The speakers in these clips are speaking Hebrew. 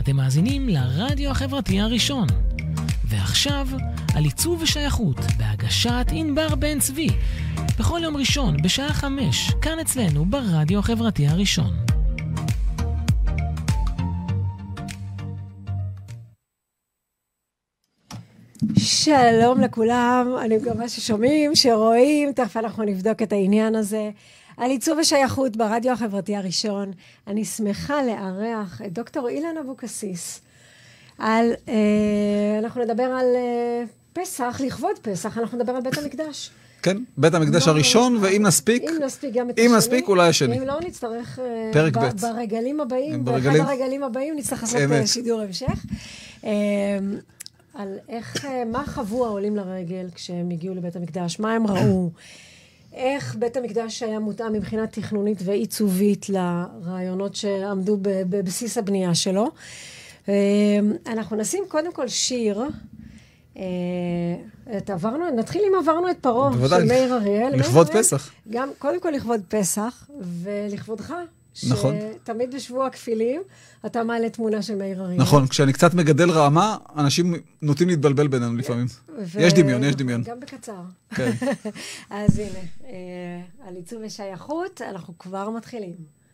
אתם מאזינים לרדיו החברתי הראשון. ועכשיו, על עיצוב ושייכות, בהגשת ענבר בן צבי. בכל יום ראשון, בשעה 5, כאן אצלנו ברדיו החברתי הראשון. שלום לכולם, אני מקווה ששומעים, שרואים, תכף אנחנו נבדוק את העניין הזה. על עיצוב ושייכות ברדיו החברתי הראשון, אני שמחה לארח את דוקטור אילן אבוקסיס. אנחנו נדבר על פסח, לכבוד פסח, אנחנו נדבר על בית המקדש. כן, בית המקדש הראשון, ואם נספיק, גם את השני. אם נספיק, אולי השני. אם לא נצטרך, פרק ב'. ברגלים הבאים, באחד הרגלים הבאים, נצטרך לעשות שידור המשך. על מה חוו העולים לרגל כשהם הגיעו לבית המקדש, מה הם ראו, איך בית המקדש היה מותאם מבחינה תכנונית ועיצובית לרעיונות שעמדו בבסיס הבנייה שלו. אנחנו נשים קודם כל שיר, נתחיל אם עברנו את פרו של מאיר אריאל. לכבוד פסח. גם קודם כל לכבוד פסח, ולכבודך. נכון. שתמיד בשבוע הכפילים, אתה מעלה תמונה של מאיר אריאל. על כשאני קצת מגדל רעמה, אנשים נוטים להתבלבל בינינו לפעמים. יש דמיון, יש דמיון. גם בקצר. כן. אז הנה, על עיצוב ושייכות, אנחנו כבר מתחילים.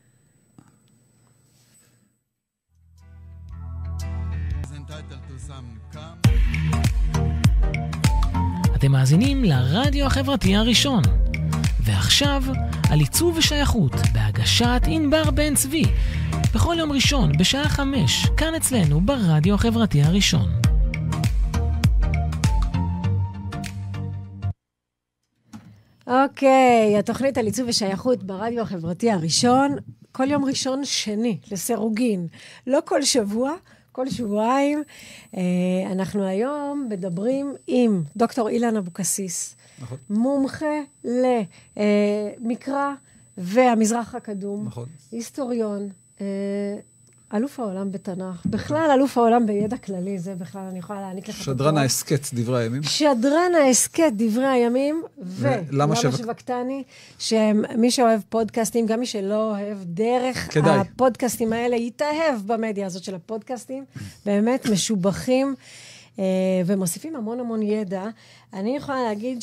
אתם מאזינים לרדיו החברתי הראשון. ועכשיו, על עיצוב ושייכות, בהגשת ענבר בן צבי. בכל יום ראשון, בשעה 5, כאן אצלנו ברדיו החברתי הראשון. אוקיי, התוכנית על עיצוב ושייכות ברדיו החברתי הראשון, כל יום ראשון שני, לסירוגין. לא כל שבוע, כל שבועיים. אנחנו היום מדברים עם דוקטור אילן אבוקסיס, נכון. מומחה למקרא והמזרח הקדום, נכון. היסטוריון, אלוף העולם בתנ"ך, בכלל אלוף העולם בידע כללי, זה בכלל אני יכולה להעניק לך. שדרן העסקת דברי הימים. שדרן העסקת דברי הימים, ולמה שבקתני, שמי שאוהב פודקאסטים, גם מי שלא אוהב דרך כדאי. הפודקאסטים האלה, יתאהב במדיה הזאת של הפודקאסטים, באמת משובחים, ומוסיפים המון המון ידע. אני יכולה להגיד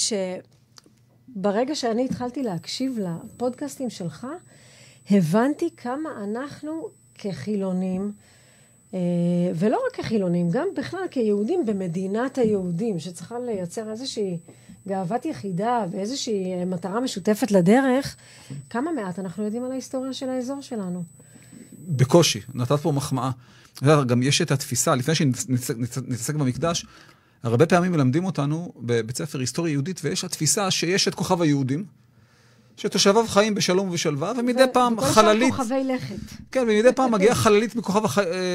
שברגע שאני התחלתי להקשיב לפודקאסטים שלך, הבנתי כמה אנחנו כחילונים, ולא רק כחילונים, גם בכלל כיהודים במדינת היהודים, שצריכה לייצר איזושהי גאוות יחידה ואיזושהי מטרה משותפת לדרך, כמה מעט אנחנו יודעים על ההיסטוריה של האזור שלנו. בקושי, נתת פה מחמאה. גם יש את התפיסה, לפני שנתעסק במקדש, הרבה פעמים מלמדים אותנו בבית ספר היסטוריה יהודית, ויש התפיסה שיש את כוכב היהודים, שתושביו חיים בשלום ובשלווה, ומדי פעם חללית... וכל כוכבי לכת. כן, ומדי פעם מגיעה חללית מכוכב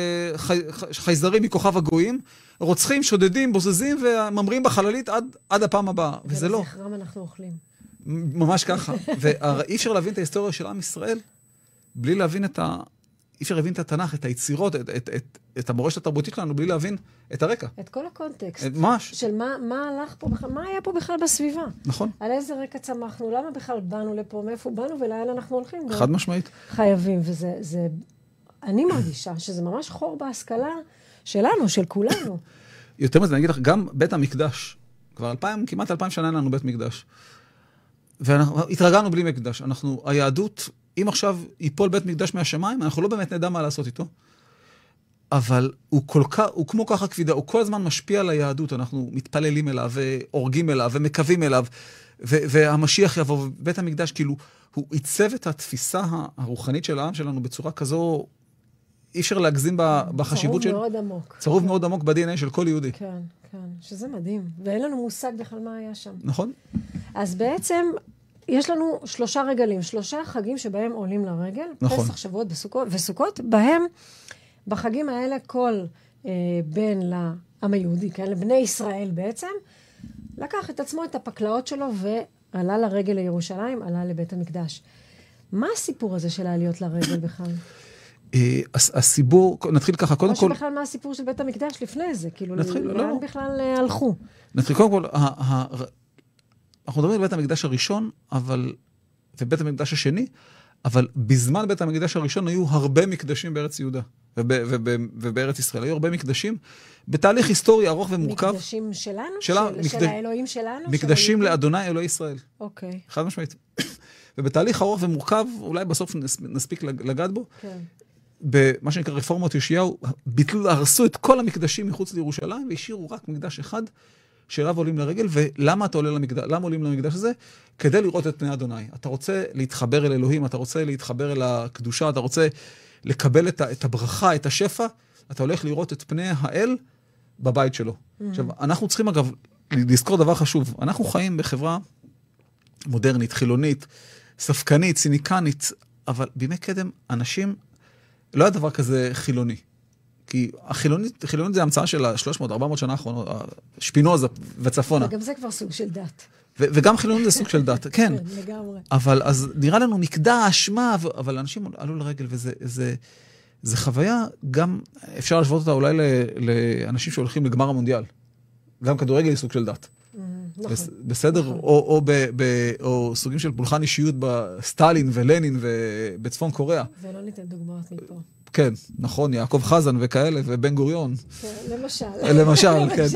חייזרים מכוכב הגויים, רוצחים, שודדים, בוזזים, וממרים בחללית עד הפעם הבאה. וזה לא. ולזכרם אנחנו אוכלים. ממש ככה. ואי אפשר להבין את ההיסטוריה של עם ישראל, בלי להבין אי אפשר להבין את התנ"ך, את היצירות, את המורשת התרבותית שלנו, בלי להבין את הרקע. את כל הקונטקסט. ממש. של מה הלך פה בכלל, מה היה פה בכלל בסביבה. נכון. על איזה רקע צמחנו, למה בכלל באנו לפה, מאיפה באנו ולאן אנחנו הולכים. חד משמעית. חייבים, אני מרגישה שזה ממש חור בהשכלה שלנו, של כולנו. יותר מזה, אני אגיד לך, גם בית המקדש, כבר כמעט 2000 שנה לנו בית מקדש. ואנחנו התרגלנו בלי מקדש. היהדות, אם עכשיו ייפול בית מקדש מהשמיים, אנחנו לא באמת נדע מה לעשות איתו. אבל הוא כמו ככה כבידה, הוא כל הזמן משפיע על היהדות, אנחנו מתפללים אליו, ואורגים אליו, ומקווים אליו, והמשיח יבוא, ובית המקדש, כאילו, הוא עיצב את התפיסה הרוחנית של העם שלנו בצורה כזו, אי אפשר להגזים בחשיבות של... צרוב מאוד עמוק. צרוב מאוד עמוק ב-DNA של כל יהודי. כן, כן, שזה מדהים. ואין לנו מושג בכלל מה היה שם. נכון. אז בעצם... יש לנו 3 רגלים, 3 חגים שבהם עולים לרגל, נכון. פסח, שבועות וסוכות, בהם, בחגים האלה, כל בן לעם היהודי, כן, לבני ישראל בעצם, לקח את עצמו, את הפקלאות שלו, ועלה לרגל לירושלים, עלה לבית המקדש. מה הסיפור הזה של העליות לרגל בכלל? הסיפור, נתחיל ככה, קודם כל... או שבכלל מה הסיפור של בית המקדש לפני זה, כאילו, לאן בכלל הלכו? נתחיל, קודם כל, אנחנו מדברים על בית המקדש הראשון, ובית המקדש השני, אבל בזמן בית המקדש הראשון היו הרבה מקדשים בארץ יהודה, ובארץ ישראל. היו הרבה מקדשים, בתהליך היסטורי ארוך ומורכב. מקדשים שלנו? של האלוהים שלנו? מקדשים לאדוני אלוהי ישראל. אוקיי. חד משמעית. ובתהליך ארוך ומורכב, אולי בסוף נספיק לגעת בו, כן. במה שנקרא רפורמות יאשיהו, הרסו את כל המקדשים מחוץ לירושלים, והשאירו רק מקדש אחד, שאליו עולים לרגל, ולמה אתה עולה למקדש? למה עולים למקדש הזה? כדי לראות את פני אדוני. אתה רוצה להתחבר אל אלוהים, אתה רוצה להתחבר אל הקדושה, אתה רוצה לקבל את הברכה, את השפע, אתה הולך לראות את פני האל בבית שלו. עכשיו, אנחנו צריכים אגב לזכור דבר חשוב. אנחנו חיים בחברה מודרנית, חילונית, ספקנית, ציניקנית, אבל בימי קדם אנשים, לא היה דבר כזה חילוני. כי החילונית זה המצאה של ה-300-400 שנה האחרונות, שפינוזה וצפונה. וגם זה כבר סוג של דת. וגם חילונית זה סוג של דת, כן. לגמרי. אבל אז נראה לנו מקדש, אבל אנשים עלו לרגל, וזה חוויה, גם אפשר להשוות אותה אולי לאנשים שהולכים לגמר המונדיאל. גם כדורגל היא סוג של דת. נכון. בסדר? או סוגים של פולחן אישיות בסטלין ולנין ובצפון קוריאה. ולא ניתן דוגמאות מפה. כן, נכון, יעקב חזן וכאלה, ובן גוריון. למשל. למשל, כן.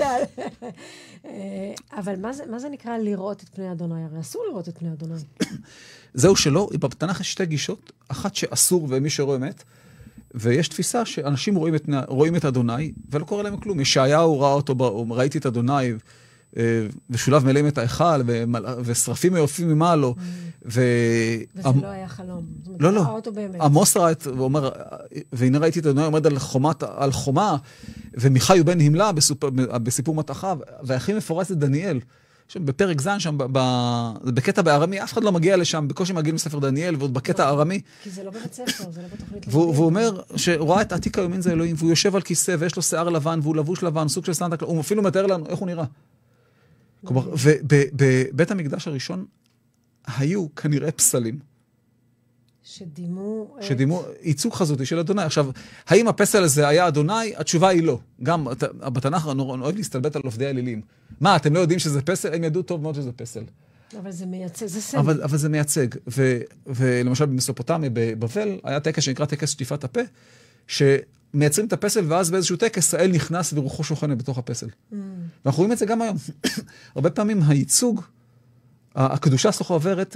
אבל מה זה נקרא לראות את פני אדוני? הרי אסור לראות את פני אדוני. זהו שלא, בתנ"ך יש שתי גישות, אחת שאסור ומי שרואה מת, ויש תפיסה שאנשים רואים את אדוני, ולא קורה להם כלום. ישעיהו ראה אותו, ראיתי את אדוני, ושולב מלאים את ההיכל, ושרפים היופים ממעלו. וזה לא היה חלום. לא, לא. ראה אותו באמת. עמוס ראה את, ואומר, והנה ראיתי את אדוני עומד על חומה, ומיכאי בן המלה בסיפור מטחיו, והכי מפורש זה דניאל. בפרק ז' שם, זה בקטע בארמי, אף אחד לא מגיע לשם, בקושי מגיע מספר דניאל, ועוד בקטע הארמי. כי זה לא בבית ספר, זה לא בתוכנית. והוא אומר שהוא רואה את עתיק היומין זה אלוהים, והוא יושב על כיסא, ויש לו שיער לבן, והוא לבוש לבן, סוג של סנטה, הוא אפילו מתאר לנו איך הוא נראה. כלומר, ובבית המקדש הראשון היו כנראה פסלים. שדימו ייצוג חזותי של אדוני. עכשיו, האם הפסל הזה היה אדוני? התשובה היא לא. גם בתנ"ך אוהב להסתלבט על עובדי האלילים. מה, אתם לא יודעים שזה פסל? הם ידעו טוב מאוד שזה פסל. אבל זה מייצג, זה סמל. אבל זה מייצג. ולמשל במסופוטמיה, בבבל, היה טקס שנקרא טקס שטיפת הפה, שמייצרים את הפסל, ואז באיזשהו טקס האל נכנס ורוחו שוכנת בתוך הפסל. ואנחנו רואים את זה גם היום. הרבה פעמים הייצוג, הקדושה סוכה עוברת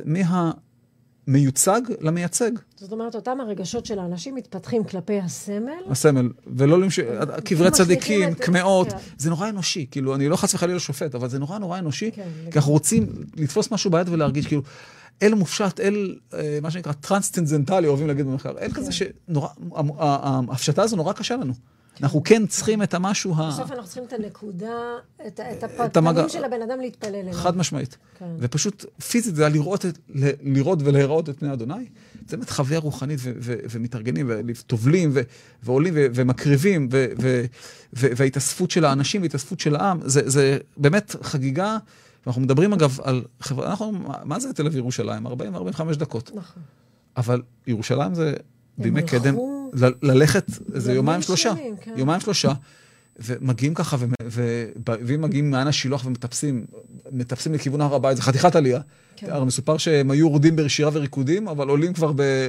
מיוצג למייצג. זאת אומרת, אותם הרגשות של האנשים מתפתחים כלפי הסמל, ולא קברי צדיקים, קמאות. זה נורא אנושי, כאילו, אני לא חס וחלילה שופט, אבל זה נורא אנושי, כי אנחנו רוצים לתפוס משהו ביד ולהרגיש, כאילו, אל מופשט, אל, מה שנקרא, טרנסצנדנטלי, אוהבים להגיד במחקר, אל כזה שנורא, ההפשטה הזו נורא קשה לנו. אנחנו כן צריכים את המשהו בסוף אנחנו צריכים את הנקודה, את הפנים של הבן אדם להתפלל אליו. חד משמעית. ופשוט פיזית זה לראות ולהיראות את פני אדוני. זה באמת חוויה רוחנית ומתארגנים וטובלים ועולים ומקריבים וההתאספות של האנשים וההתאספות של העם. זה באמת חגיגה. ואנחנו מדברים אגב על חברה, מה זה תל אביב ירושלים? 40-45 דקות. נכון. אבל ירושלים זה בימי קדם, ללכת, זה יומיים שלושה, ומגיעים ככה, ואם מגיעים מעין השילוח ומטפסים לכיוון הר הבית, זה חתיכת עלייה. הרי מסופר שהם היו יורדים בשירה וריקודים, אבל עולים כבר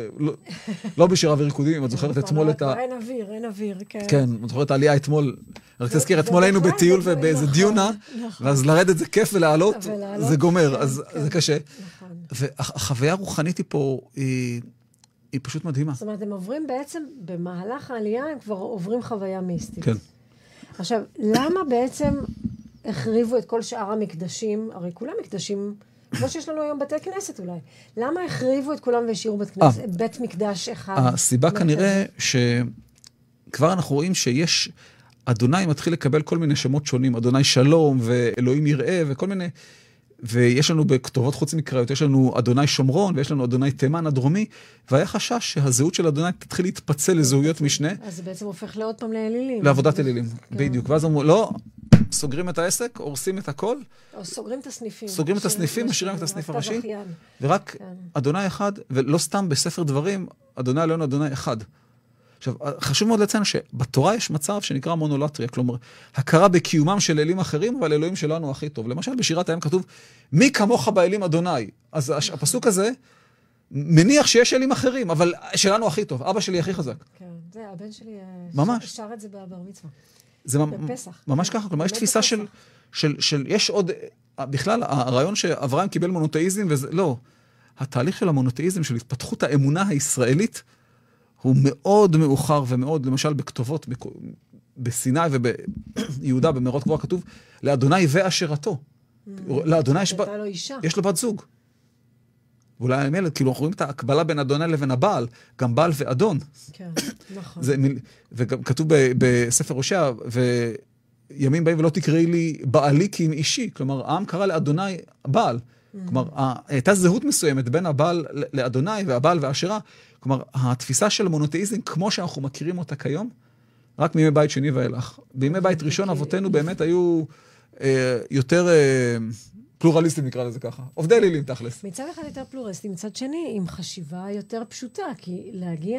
לא בשירה וריקודים, אם את זוכרת אתמול את אין אוויר, כן. כן, את זוכרת העלייה אתמול, רק תזכיר, אתמול היינו בטיול ובאיזה דיונה, ואז לרדת זה כיף ולעלות, זה גומר, אז זה קשה. והחוויה הרוחנית היא פה, היא פשוט מדהימה. זאת אומרת, הם עוברים בעצם, במהלך העלייה, הם כבר עוברים חוויה מיסטית. כן. עכשיו, למה בעצם החריבו את כל שאר המקדשים, הרי כולם מקדשים, כמו שיש לנו היום בתי כנסת אולי, למה החריבו את כולם והשאירו בית מקדש אחד? הסיבה כנראה שכבר אנחנו רואים שיש, אדוני מתחיל לקבל כל מיני שמות שונים, אדוני שלום ואלוהים יראה וכל מיני, ויש לנו בכתובות חוץ מקראיות, יש לנו אדוני שומרון, ויש לנו אדוני תימן הדרומי, והיה חשש שהזהות של אדוני תתחיל להתפצל לזהויות משנה. אז זה בעצם הופך לעוד פעם לאלילים. לעבודת אלילים, בדיוק. ואז אמרו, לא, סוגרים את העסק, הורסים את הכל. או סוגרים את הסניפים. סוגרים את הסניפים, משאירים את הסניף הראשי. ורק אדוני אחד, ולא סתם בספר דברים, אדוני אלוהינו אדוני אחד. עכשיו, חשוב מאוד לציין שבתורה יש מצב שנקרא מונולטריה, כלומר, הכרה בקיומם של אלים אחרים, אבל אלוהים שלנו הכי טוב. למשל, בשירת הים כתוב, מי כמוך באלים אדוני? אז הפסוק הזה, מניח שיש אלים אחרים, אבל שלנו הכי טוב. אבא שלי הכי חזק. כן, זה, הבן שלי שר את זה בבר מצווה. זה בפסח. ממש ככה. כלומר, יש תפיסה של, יש עוד, בכלל, הרעיון שאברהם קיבל מונותאיזם, וזה, לא. התהליך של המונותאיזם, של התפתחות האמונה הישראלית, הוא מאוד מאוחר ומאוד, למשל, בכתובות, בסיני וביהודה, במאורות קבועה, כתוב, לאדוני ואשרתו. לאדוני יש לו בת זוג. ואולי הם ילד, כאילו אנחנו רואים את ההקבלה בין אדוני לבין הבעל, גם בעל ואדון. כן, נכון. וגם כתוב בספר הושע, וימים באים ולא תקראי לי בעלי כי אם אישי. כלומר, העם קרא לאדוני בעל. כלומר, הייתה זהות מסוימת בין הבעל לאדוני והבעל והאשרה. כלומר, התפיסה של המונותאיזם, כמו שאנחנו מכירים אותה כיום, רק מימי בית שני ואילך. בימי בית ראשון, אבותינו באמת היו יותר פלורליסטים, נקרא לזה ככה. עובדי אלילים, תכלס. מצד אחד יותר פלורליסטים, מצד שני, עם חשיבה יותר פשוטה, כי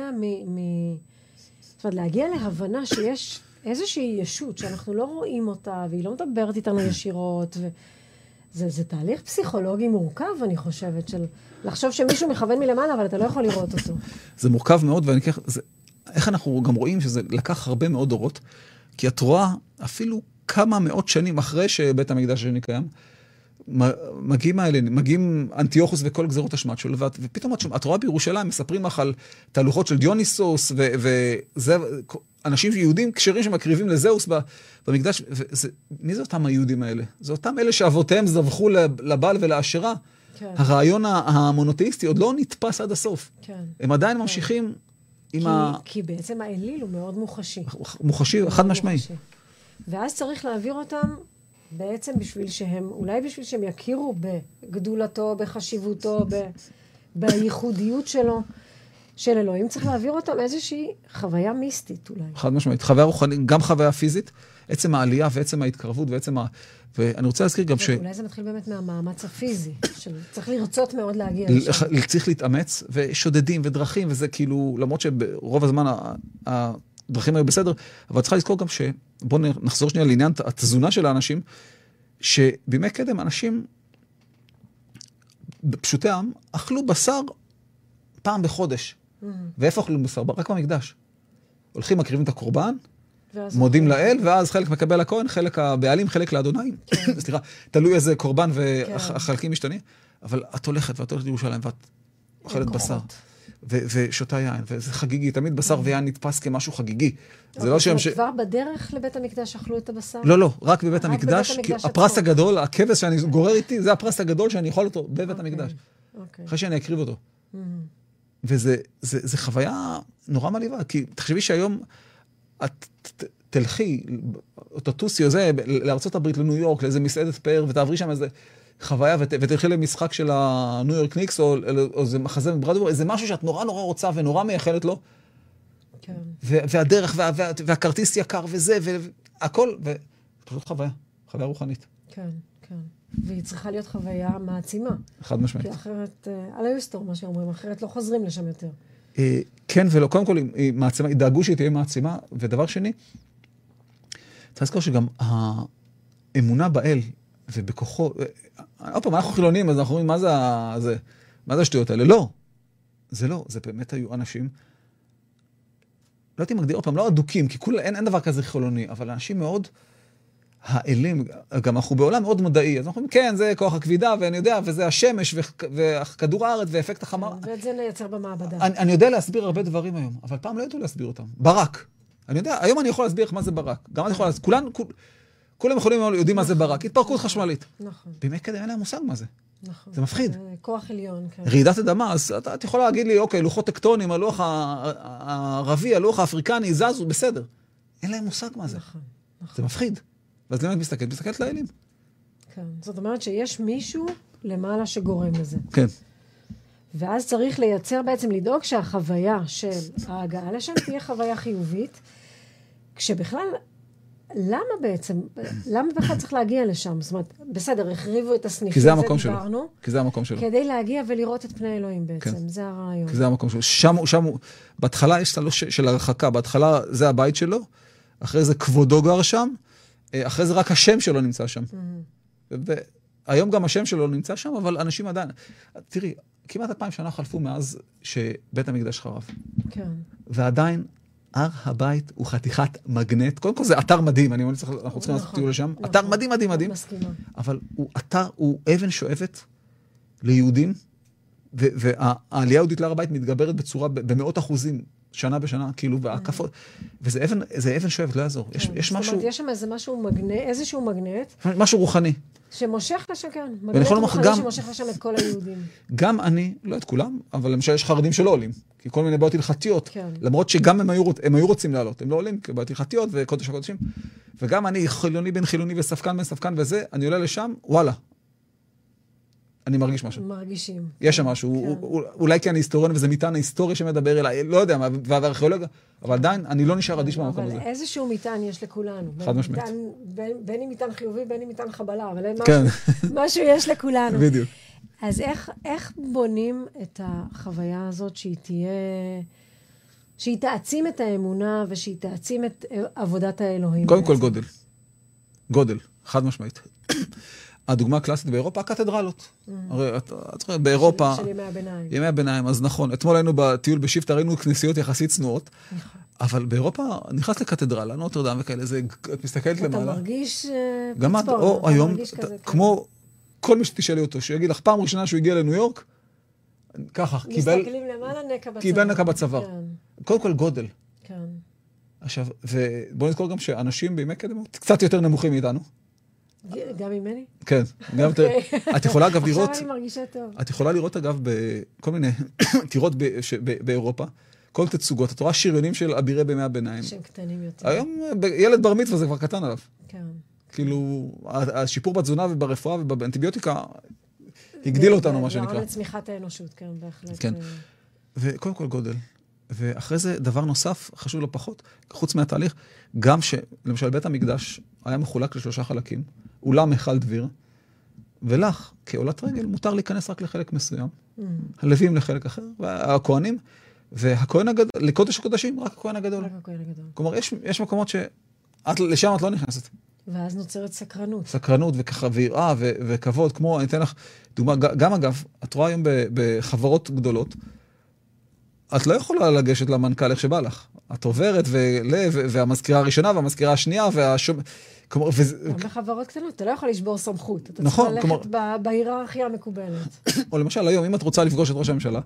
להגיע להבנה שיש איזושהי ישות שאנחנו לא רואים אותה, והיא לא מדברת איתנו ישירות, זה תהליך פסיכולוגי מורכב, אני חושבת, של לחשוב שמישהו מכוון מלמעלה, אבל אתה לא יכול לראות אותו. זה מורכב מאוד, איך אנחנו גם רואים שזה לקח הרבה מאוד דורות, כי את רואה אפילו כמה מאות שנים אחרי שבית המקדש השני קיים, מגיעים אנטיוכוס וכל גזירות השמד שלו, ופתאום את רואה בירושלים, מספרים לך על תהלוכות של דיוניסוס, וזה, אנשים יהודים כשרים שמקריבים לזהוס במקדש, מי זה אותם היהודים האלה? זה אותם אלה שאבותיהם זבחו לבעל ולאשרה. כן. הרעיון המונותאיסטי עוד לא נתפס עד הסוף. כן. הם עדיין ממשיכים עם כי בעצם האליל הוא מאוד מוחשי. מוחשי, חד משמעי. ואז צריך להעביר אותם בעצם אולי בשביל שהם יכירו בגדולתו, בחשיבותו, בייחודיות שלו, של אלוהים, צריך להעביר אותם איזושהי חוויה מיסטית אולי. חד משמעית, חוויה רוחנית, גם חוויה פיזית, עצם העלייה ועצם ההתקרבות ואני רוצה להזכיר גם אולי זה מתחיל באמת מהמאמץ הפיזי, צריך לרצות מאוד להגיע לשם. צריך להתאמץ, ושודדים ודרכים, וזה כאילו, למרות שברוב הזמן הדרכים היו בסדר, אבל צריכה לזכור גם בואו נחזור שנייה לעניין התזונה של האנשים, שבימי קדם אנשים פשוטי עם אכלו בשר פעם בחודש. ואיפה אכלו בשר? רק במקדש. הולכים, מקריבים את הקורבן, מודים לאל, ואז חלק מקבל הכהן, חלק הבעלים, חלק לאדוניים. סליחה, תלוי איזה קורבן והחלקים משתנים, אבל את הולכת ואת הולכת לירושלים, ואת אוכלת בשר. ושותה יין, וזה חגיגי, תמיד בשר ויין נתפס כמשהו חגיגי. זה לא שהם כבר בדרך לבית המקדש אכלו את הבשר? לא, רק בבית המקדש, כי הפרס הגדול, הכבש שאני גורר איתי, זה הפרס הגדול שאני יכול אותו בבית המקדש. אחרי שאני אקריב אותו. וזה חוויה נורא מלאיבה, כי תחשבי שהיום את תלכי, או תטוסי או זה, לארצות הברית, לניו יורק, לאיזה מסעדת פאר, ותעברי שם איזה חוויה, ותלכי למשחק של הניו יורק ניקס, או איזה מחזה מברדוור, איזה משהו שאת נורא נורא רוצה ונורא מייחלת לו. כן. והדרך, והכרטיס יקר וזה, והכל, ופשוט חוויה רוחנית. כן, כן. והיא צריכה להיות חוויה מעצימה. חד משמעית. כי אחרת, על היוסטור, מה שאומרים, אחרת לא חוזרים לשם יותר. כן ולא, קודם כל, היא מעצימה, היא דאגו שהיא תהיה מעצימה, ודבר שני, צריך לזכור שגם האמונה באל, ובכוחו, עוד פעם, אנחנו חילונים, אז אנחנו אומרים, מה זה השטויות האלה? לא. זה לא, זה באמת היו אנשים, לא הייתי מגדיר, עוד פעם, לא אדוקים, כי אין דבר כזה חילוני, אבל אנשים מאוד האלים, גם אנחנו בעולם מאוד מדעי, אז אנחנו אומרים, כן, זה כוח הכבידה, ואני יודע, וזה השמש, וכדור הארץ, ואפקט החמה. ואת זה נייצר במעבדה. אני יודע להסביר הרבה דברים היום, אבל פעם לא ידעו להסביר אותם. ברק. אני יודע, היום אני יכול להסביר איך מה זה ברק. גם אני יכול להסביר, כולם יודעים מה זה ברק. התפרקות חשמלית. נכון. בימי קדם אין להם מושג מה זה. נכון. זה מפחיד. כוח עליון, כן. רעידת אדמה, אז את יכולה להגיד לי, אוקיי, לוחות טקטונים, הלוח הערבי, הלוח האפריקני, זזו, בסדר. אין להם מושג מה זה. נכון. זה מפחיד. ואז למה את מסתכלת לאלים? כן. זאת אומרת שיש מישהו למעלה שגורם לזה. כן. ואז צריך לייצר בעצם, לדאוג שהחוויה של ההגעה לשם תהיה חוויה חיובית, כשבכלל, למה בכלל צריך להגיע לשם? זאת אומרת, בסדר, החריבו את הסניף. כי זה המקום שלו. כי זה המקום שלו. כדי להגיע ולראות את פני אלוהים בעצם. כן. זה הרעיון. כי זה המקום שלו. שם הוא, בהתחלה יש תלוש של הרחקה. בהתחלה זה הבית שלו, אחרי זה כבודו גר שם, אחרי זה רק השם שלו נמצא שם. היום גם השם שלו נמצא שם, אבל אנשים עדיין... תראי, כמעט 2000 שנה חלפו מאז שבית המקדש חרב. כן. ועדיין, הר הבית הוא חתיכת מגנט. קודם כל זה אתר מדהים, אנחנו צריכים לעשות טיול לשם. אתר מדהים, מדהים, מדהים. מסכימה. אבל הוא אבן שואבת ליהודים, והעלייה היהודית להר הבית מתגברת בצורה, במאות אחוזים, שנה בשנה, כאילו, והקפות. וזה אבן שואבת, לא יעזור. יש משהו... זאת אומרת, יש שם איזשהו מגנט. משהו רוחני. שמושך לשם, כן. מגנט רוחני שמושך לשם את כל היהודים. גם אני, לא את כולם, אבל למשל יש חרדים שלא עולים. כי כל מיני בעיות הלכתיות. למרות שגם הם היו רוצים לעלות. הם לא עולים, כי בעיות הלכתיות וקודש הקודשים. וגם אני חילוני בין חילוני וספקן בין ספקן וזה, אני עולה לשם, וואלה. אני מרגיש משהו. מרגישים. יש שם משהו, אולי כי אני היסטוריון וזה מטען ההיסטוריה שמדבר אליי, לא יודע, והארכיאולוגיה, אבל עדיין אני לא נשאר אדיש במקום הזה. אבל איזשהו מטען יש לכולנו. חד משמעית. בין אם מטען חיובי, בין אם מטען חבלה, אבל אין כן. משהו יש לכולנו. בדיוק. אז איך בונים את החוויה הזאת שהיא תעצים את האמונה והיא תעצים את עבודת האלוהים? קודם כל גודל, חד משמעית. הדוגמה הקלאסית באירופה, הקתדרלות. הרי את זוכרת, באירופה... של ימי הביניים. ימי הביניים, אז נכון. אתמול היינו בטיול בשבטה, ראינו כנסיות יחסית צנועות, אבל באירופה נכנס לקתדרלה, נוטרדם וכאלה, את מסתכלת למעלה. אתה מרגיש גם את, או היום, כמו כל מי שתשאלי אותו, שיגיד לך פעם ראשונה שהוא הגיע לניו יורק, ככה, מסתכלים למעלה, נקע בצוואר. קיבל נקע בצוואר. קודם כל גודל. כן. עכשיו, ובואו נזכור גם שאנשים בימי קדם קצת יותר נמוכים מאיתנו. גם ממני? כן, גם את יכולה אגב לראות... עכשיו אני מרגישה טוב. את יכולה לראות אגב בכל מיני טירות באירופה, כל תצוגות, את רואה שריונים של אבירי בימי הביניים. שהם קטנים יותר. היום ילד בר מצווה זה כבר קטן עליו. כן. כאילו, השיפור בתזונה וברפואה ובאנטיביוטיקה הגדיל אותנו, מה שנקרא. גרם לצמיחת האנושות, כן, בהחלט. כן. וקודם כל גודל. ואחרי זה דבר נוסף, חשוב לא פחות, חוץ מהתהליך, גם שלמשל בית המקדש היה מחולק לשלושה חלקים, אולם מיכל דביר, ולך, כעולת רגל, מותר להיכנס רק לחלק מסוים. הלווים לחלק אחר, והכהנים, והכהן הגדול, לקודש הקודשים, רק הכהן הגדול. רק הכהן הגדול. כלומר, יש מקומות לשם את לא נכנסת. ואז נוצרת סקרנות. סקרנות וככה, ויראה וכבוד, כמו, אני אתן לך דוגמה, גם אגב, את רואה היום בחברות גדולות, את לא יכולה לגשת למנכ"ל איך שבא לך. את עוברת והמזכירה הראשונה והמזכירה השנייה גם בחברות קטנות, אתה לא יכול לשבור סמכות. אתה נכון, צריך ללכת בהיררכיה המקובלת. או למשל, היום, אם את רוצה לפגוש את ראש הממשלה,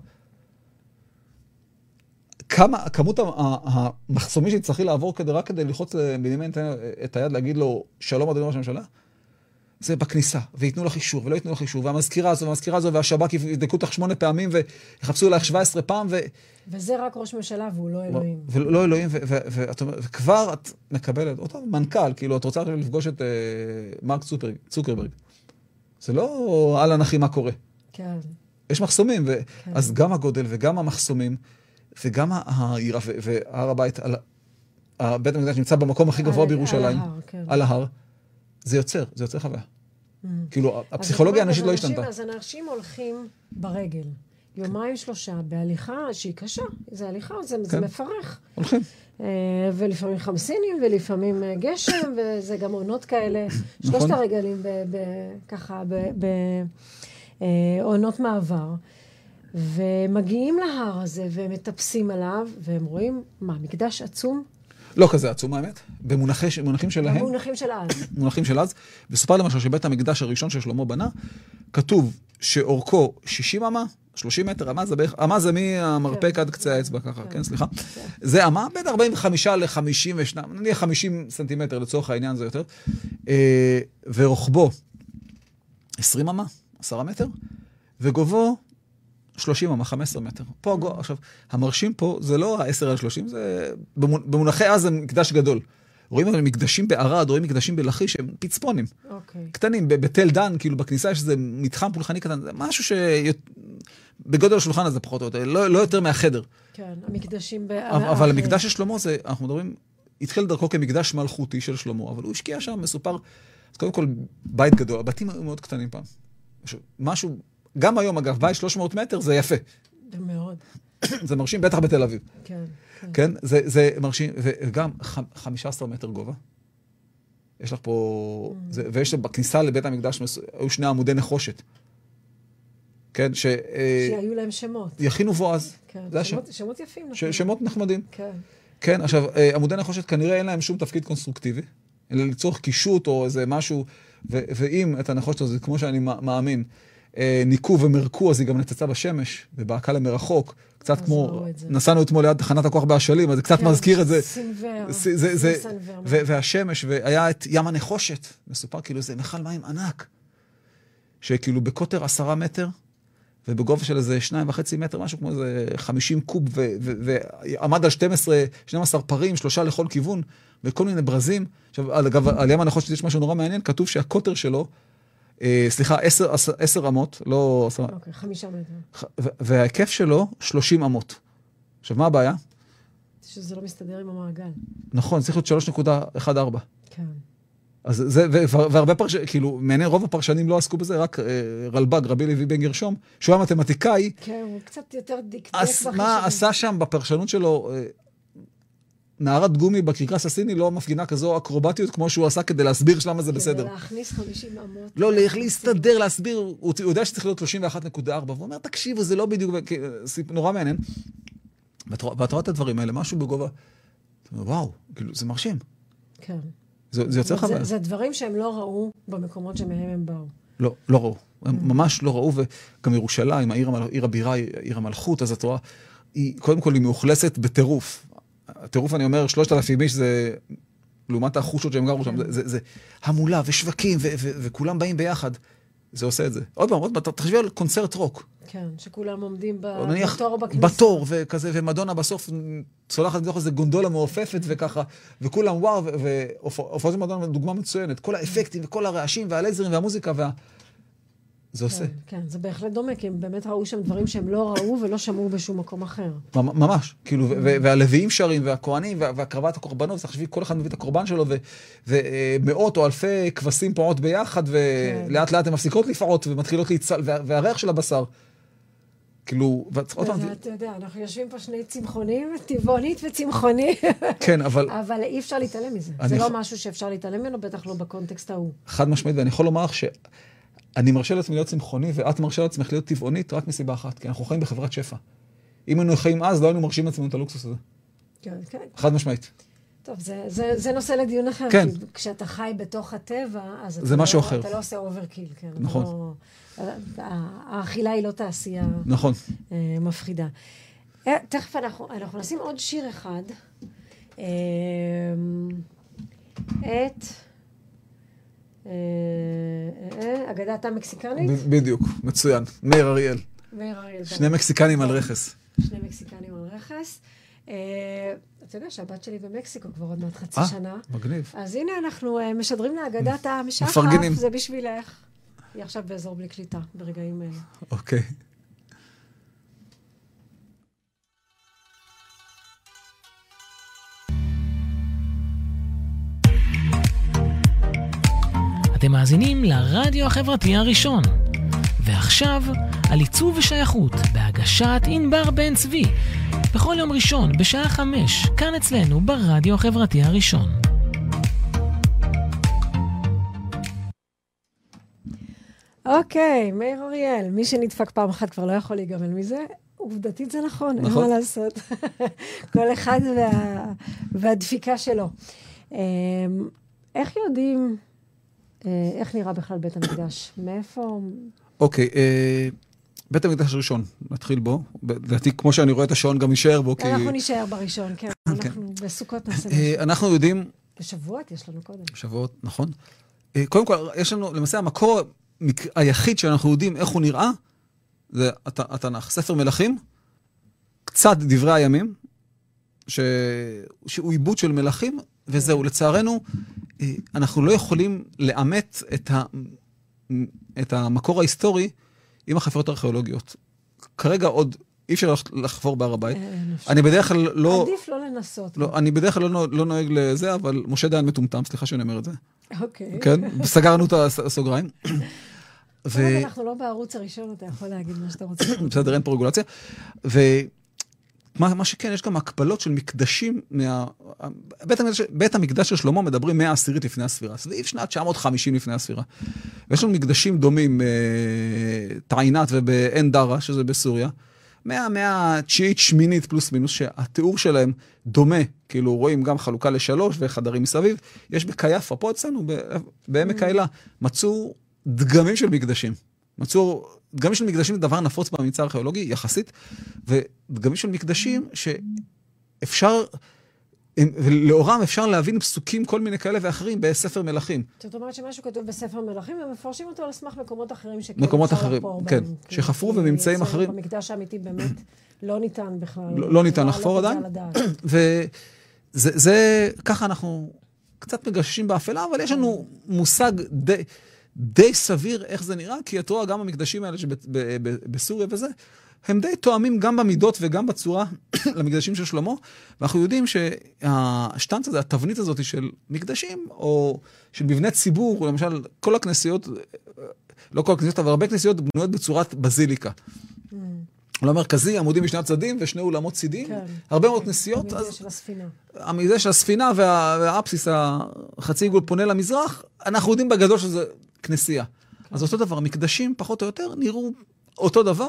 כמות המחסומי שצריכי לעבור רק כדי ללחוץ לבנימין את היד, להגיד לו, שלום אדוני ראש הממשלה, זה בכניסה, ויתנו לך אישור, ולא יתנו לך אישור, והמזכירה הזו, והשב"כ יבדקו אותך 8 פעמים, ויחפשו לך 17 פעם, וזה רק ראש ממשלה, והוא לא אלוהים. ולא אלוהים, וכבר את מקבלת, אותו מנכ"ל, כאילו, את רוצה לפגוש את מרק צוקרברג. זה לא על הנחי מה קורה. כן. יש מחסומים, אז גם הגודל, וגם המחסומים, וגם העיר, והר הבית, בית המקדש נמצא במקום הכי גבוה בירושלים, על ההר. זה יוצר חוויה. כאילו, הפסיכולוגיה האנושית לא השתנתה. אז אנשים הולכים ברגל, 2-3 בהליכה שהיא קשה. זה הליכה, זה מפרך. הולכים. ולפעמים חמסינים, ולפעמים גשם, וזה גם עונות כאלה. 3 הרגלים ככה, בעונות מעבר. ומגיעים להר הזה, ומטפסים עליו, והם רואים, מקדש עצום? לא כזה עצום, האמת. במונחים שלהם. במונחים של אז. מונחים של אז. וסופר למשל שבית המקדש הראשון ששלמה בנה, כתוב שאורכו 60 אמה, 30 מטר, אמה זה מהמרפק עד קצה האצבע, ככה, כן, סליחה. זה אמה בין 45 ל-52, נניח 50 סנטימטר לצורך העניין זה יותר. ורוחבו 20 אמה, 10 מטר, וגובהו 30 אמה, 15 מטר. פה, עכשיו, המרשים פה זה לא ה-10 על 30, זה במונחי אז זה מקדש גדול. רואים אבל מקדשים בערד, רואים מקדשים בלחיש, שהם פצפונים. קטנים, בתל דן, כאילו בכניסה יש איזה מתחם פולחני קטן, זה משהו בגודל השולחן הזה פחות או יותר, לא יותר מהחדר. כן, המקדשים אבל המקדש של שלמה זה, אנחנו מדברים, התחיל דרכו כמקדש מלכותי של שלמה, אבל הוא השקיע שם, מסופר, אז קודם כל, בית גדול, הבתים היו מאוד קטנים פעם. משהו, גם היום אגב, בית 300 מטר זה יפה. זה מאוד. זה מרשים, בטח בתל אביב. כן. כן, זה מרשים, וגם 15 מטר גובה. יש לך פה, ויש בכניסה לבית המקדש, היו 2 עמודי נחושת. כן, שהיו להם שמות. יכין ובועז. כן, שמות יפים. שמות נחמדים. כן. כן, עכשיו, עמודי נחושת כנראה אין להם שום תפקיד קונסטרוקטיבי, אלא לצורך קישוט או איזה משהו, ואם את הנחושת הזה, כמו שאני מאמין, ניקו ומרקו, אז היא גם נצצה בשמש, ובעקה למרחוק, קצת כמו, נסענו אתמול ליד תחנת הכוח באשלים, אז זה קצת מזכיר את זה. סינבר. והשמש, והיה את ים הנחושת, מסופר כאילו זה מכל מים ענק, שכאילו בקוטר 10 מטר, ובגובה של איזה 2.5 מטר, משהו כמו איזה 50 קוב, ועמד על 12 פרים, 3 לכל כיוון, וכל מיני ברזים. עכשיו, אגב, על ים הנחושת יש משהו נורא מעניין, כתוב שהקוטר שלו, 10 אמות, לא 10... אוקיי, 5 מטר. וההיקף שלו, 30 אמות. עכשיו, מה הבעיה? שזה לא מסתדר עם המעגל. נכון, צריך להיות 3.14. כן. אז זה, והרבה כאילו, מעניין רוב הפרשנים לא עסקו בזה, רק רלב"ג, רבי לוי בן גרשום, שהוא המתמטיקאי. כן, הוא קצת יותר דקדק בחישובים. מה עשה שם בפרשנות שלו, נערת גומי בקרקס הסיני לא מפגינה כזו אקרובטיות, כמו שהוא עשה כדי להסביר שלמה זה בסדר. כדי להכניס 50 אמות. לא, להסתדר, להסביר, הוא יודע שצריך להיות 31.4, והוא אומר, תקשיבו, זה לא בדיוק, נורא מעניין. ואת רואה את הדברים האלה, משהו בגובה, וואו, כאילו, זה מרשים. כן. זה יוצא חוויה. זה דברים שהם לא ראו במקומות שמהם הם באו. לא ראו. הם ממש לא ראו, וגם ירושלים, עיר הבירה, עיר המלכות, אז את רואה, קודם כל היא מאוכלסת בטירוף. הטירוף, אני אומר, 3,000 איש זה, לעומת החושות שהם גרו שם, זה המולה ושווקים, וכולם באים ביחד. זה עושה את זה. עוד פעם, תחשבי על קונצרט רוק. כן, שכולם עומדים בתור בכניסה. בתור, וכזה, ומדונה בסוף צולחת בתוך איזה גונדולה מעופפת וככה, וכולם וואו, והופעות מדונה דוגמה מצוינת. כל האפקטים וכל הרעשים והלייזרים והמוזיקה זה עושה. כן, זה בהחלט דומה, כי הם באמת ראו שם דברים שהם לא ראו ולא שמעו בשום מקום אחר. ממש, כאילו, והלוויים שרים והכהנים והקרבת הקורבנות, תחשבי, כל אחד מביא את הקורבן שלו, ומאות או אלפי כבשים פורעות ביחד, ולאט לאט הן מפסיקות לפערות ומתחילות להצל, והריח של הבשר. כאילו, אתה יודע, אנחנו יושבים פה 2 צמחונים, טבעונית וצמחוני. כן, אבל... אבל אי אפשר להתעלם מזה. זה לא משהו שאפשר להתעלם ממנו, בטח לא בקונטקסט ההוא. חד משמעית, ואני יכול לומר אני מרשה לעצמי להיות צמחוני, ואת מרשה לעצמך להיות טבעונית רק מסיבה אחת, כי אנחנו חיים בחברת שפע. אם היינו חיים אז, לא היינו מרשים לעצמנו את הלוקסוס הזה. כן, כן. חד משמעית. טוב, זה נושא לדיון אחר. כן. כי כשאתה חי בתוך הטבע, אז זה משהו אחר. אתה לא עושה אוברקיל, כן. נכון. האכילה היא לא תעשייה נכון. מפחידה. תכף אנחנו נשים עוד שיר אחד. אגדת המקסיקנית? בדיוק, מצוין. מאיר אריאל. מאיר אריאל. 2 מקסיקנים על רכס. 2 מקסיקנים על רכס. אתה יודע שהבת שלי במקסיקו כבר עוד מעט חצי שנה. מגניב. אז הנה אנחנו משדרים לאגדת המשחף. מפרגנים. זה בשבילך. היא עכשיו באזור בלי קליטה, ברגעים אלה. אוקיי. אתם מאזינים לרדיו החברתי הראשון. ועכשיו, על עיצוב ושייכות, בהגשת ענבר בן צבי. בכל יום ראשון, בשעה 5, כאן אצלנו ברדיו החברתי הראשון. אוקיי, מאיר אריאל, מי שנדפק פעם אחת כבר לא יכול להיגמל מזה. עובדתית זה נכון, אין מה לעשות. כל אחד והדפיקה שלו. איך יודעים... איך נראה בכלל בית המקדש? מאיפה? אוקיי, בית המקדש הראשון, נתחיל בו. לדעתי, כמו שאני רואה את השעון, גם נשאר בו. אנחנו נשאר בראשון, כן. אנחנו בסוכות נעשה משהו. אנחנו יודעים... בשבועות יש לנו קודם. בשבועות, נכון. קודם כל, יש לנו, למעשה, המקור היחיד שאנחנו יודעים איך הוא נראה, זה התנ"ך. ספר מלכים, קצת דברי הימים, שהוא עיבוד של מלכים, וזהו, לצערנו, אנחנו לא יכולים לאמת את המקור ההיסטורי עם החפירות הארכיאולוגיות. כרגע עוד אי אפשר לחפור בהר הבית. אני בדרך כלל לא... עדיף לא לנסות. לא, אני בדרך כלל לא נוהג לזה, אבל משה דיין מטומטם, סליחה שאני אומר את זה. אוקיי. כן, סגרנו את הסוגריים. אנחנו לא בערוץ הראשון, אתה יכול להגיד מה שאתה רוצה. בסדר, אין פה רגולציה. מה שכן, יש גם הקבלות של מקדשים, בית המקדש של שלמה מדברים 110 לפני הספירה, סביב שנת 950 לפני הספירה. ויש לנו מקדשים דומים, תעינת ובאין דרה, שזה בסוריה, 109 שמינית פלוס מינוס, שהתיאור שלהם דומה, כאילו רואים גם חלוקה לשלוש וחדרים מסביב, יש בקייפה, פה אצלנו, בעמק האלה, מצאו דגמים של מקדשים. דגמים של מקדשים זה דבר נפוץ בממצא הארכיאולוגי, יחסית, ודגמים של מקדשים שאפשר, לאורם אפשר להבין פסוקים כל מיני כאלה ואחרים בספר מלכים. זאת אומרת שמשהו כתוב בספר מלכים, ומפרשים אותו על סמך מקומות אחרים שכן מקומות אחרים, כן, שחפרו בממצאים אחרים. במקדש האמיתי באמת לא ניתן בכלל. לא ניתן לחפור עדיין. וזה, ככה אנחנו קצת מגששים באפלה, אבל יש לנו מושג די סביר איך זה נראה, כי את רואה גם המקדשים האלה שבסוריה וזה, הם די תואמים גם במידות וגם בצורה למקדשים של שלמה, ואנחנו יודעים שהשטנץ הזה, התבנית הזאת של מקדשים, או של מבני ציבור, למשל, כל הכנסיות, לא כל הכנסיות, אבל הרבה כנסיות בנויות בצורת בזיליקה. עולם מרכזי, עמודים בשני הצדדים ושני אולמות צידיים, הרבה מאוד כנסיות. המבנה של הספינה. המבנה של הספינה והאפסיס, החצי עיגול פונה למזרח, אנחנו יודעים בגדול שזה כנסייה. אז אותו דבר, המקדשים פחות או יותר נראו אותו דבר,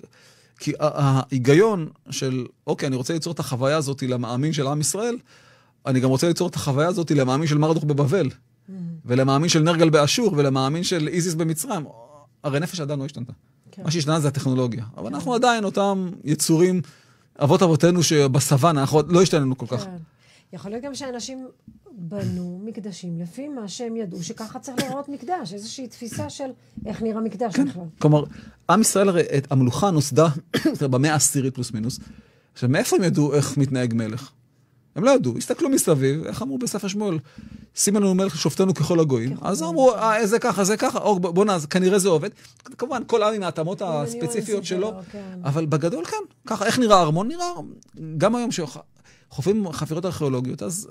כי ההיגיון של, אוקיי, אני רוצה ליצור את החוויה הזאת למאמין של עם ישראל, אני גם רוצה ליצור את החוויה הזאת למאמין של מרדוך בבבל, ולמאמין של נרגל באשור, ולמאמין של איזיס במצרים. הרי נפש האדם לא השתנתה. מה שהשתנה זה הטכנולוגיה. אבל אנחנו עדיין אותם יצורים, אבות אבותינו שבסוואנה, אנחנו לא השתננו כל כך. יכול להיות גם שאנשים בנו מקדשים לפי מה שהם ידעו שככה צריך לראות מקדש, איזושהי תפיסה של איך נראה מקדש בכלל. כלומר, עם ישראל הרי, המלוכה נוסדה במאה העשירית פלוס מינוס, עכשיו מאיפה הם ידעו איך מתנהג מלך? הם לא ידעו, הסתכלו מסביב, איך אמרו בספר שמואל, שימו לנו מלך שופטנו ככל הגויים, אז אמרו, זה ככה, זה ככה, בוא נעז, כנראה זה עובד. כמובן, כל עם עם ההתאמות הספציפיות שלו, אבל בגדול כן, ככה, איך נראה ארמון? נראה, גם היום שחופרים חפירות ארכיאולוגיות, אז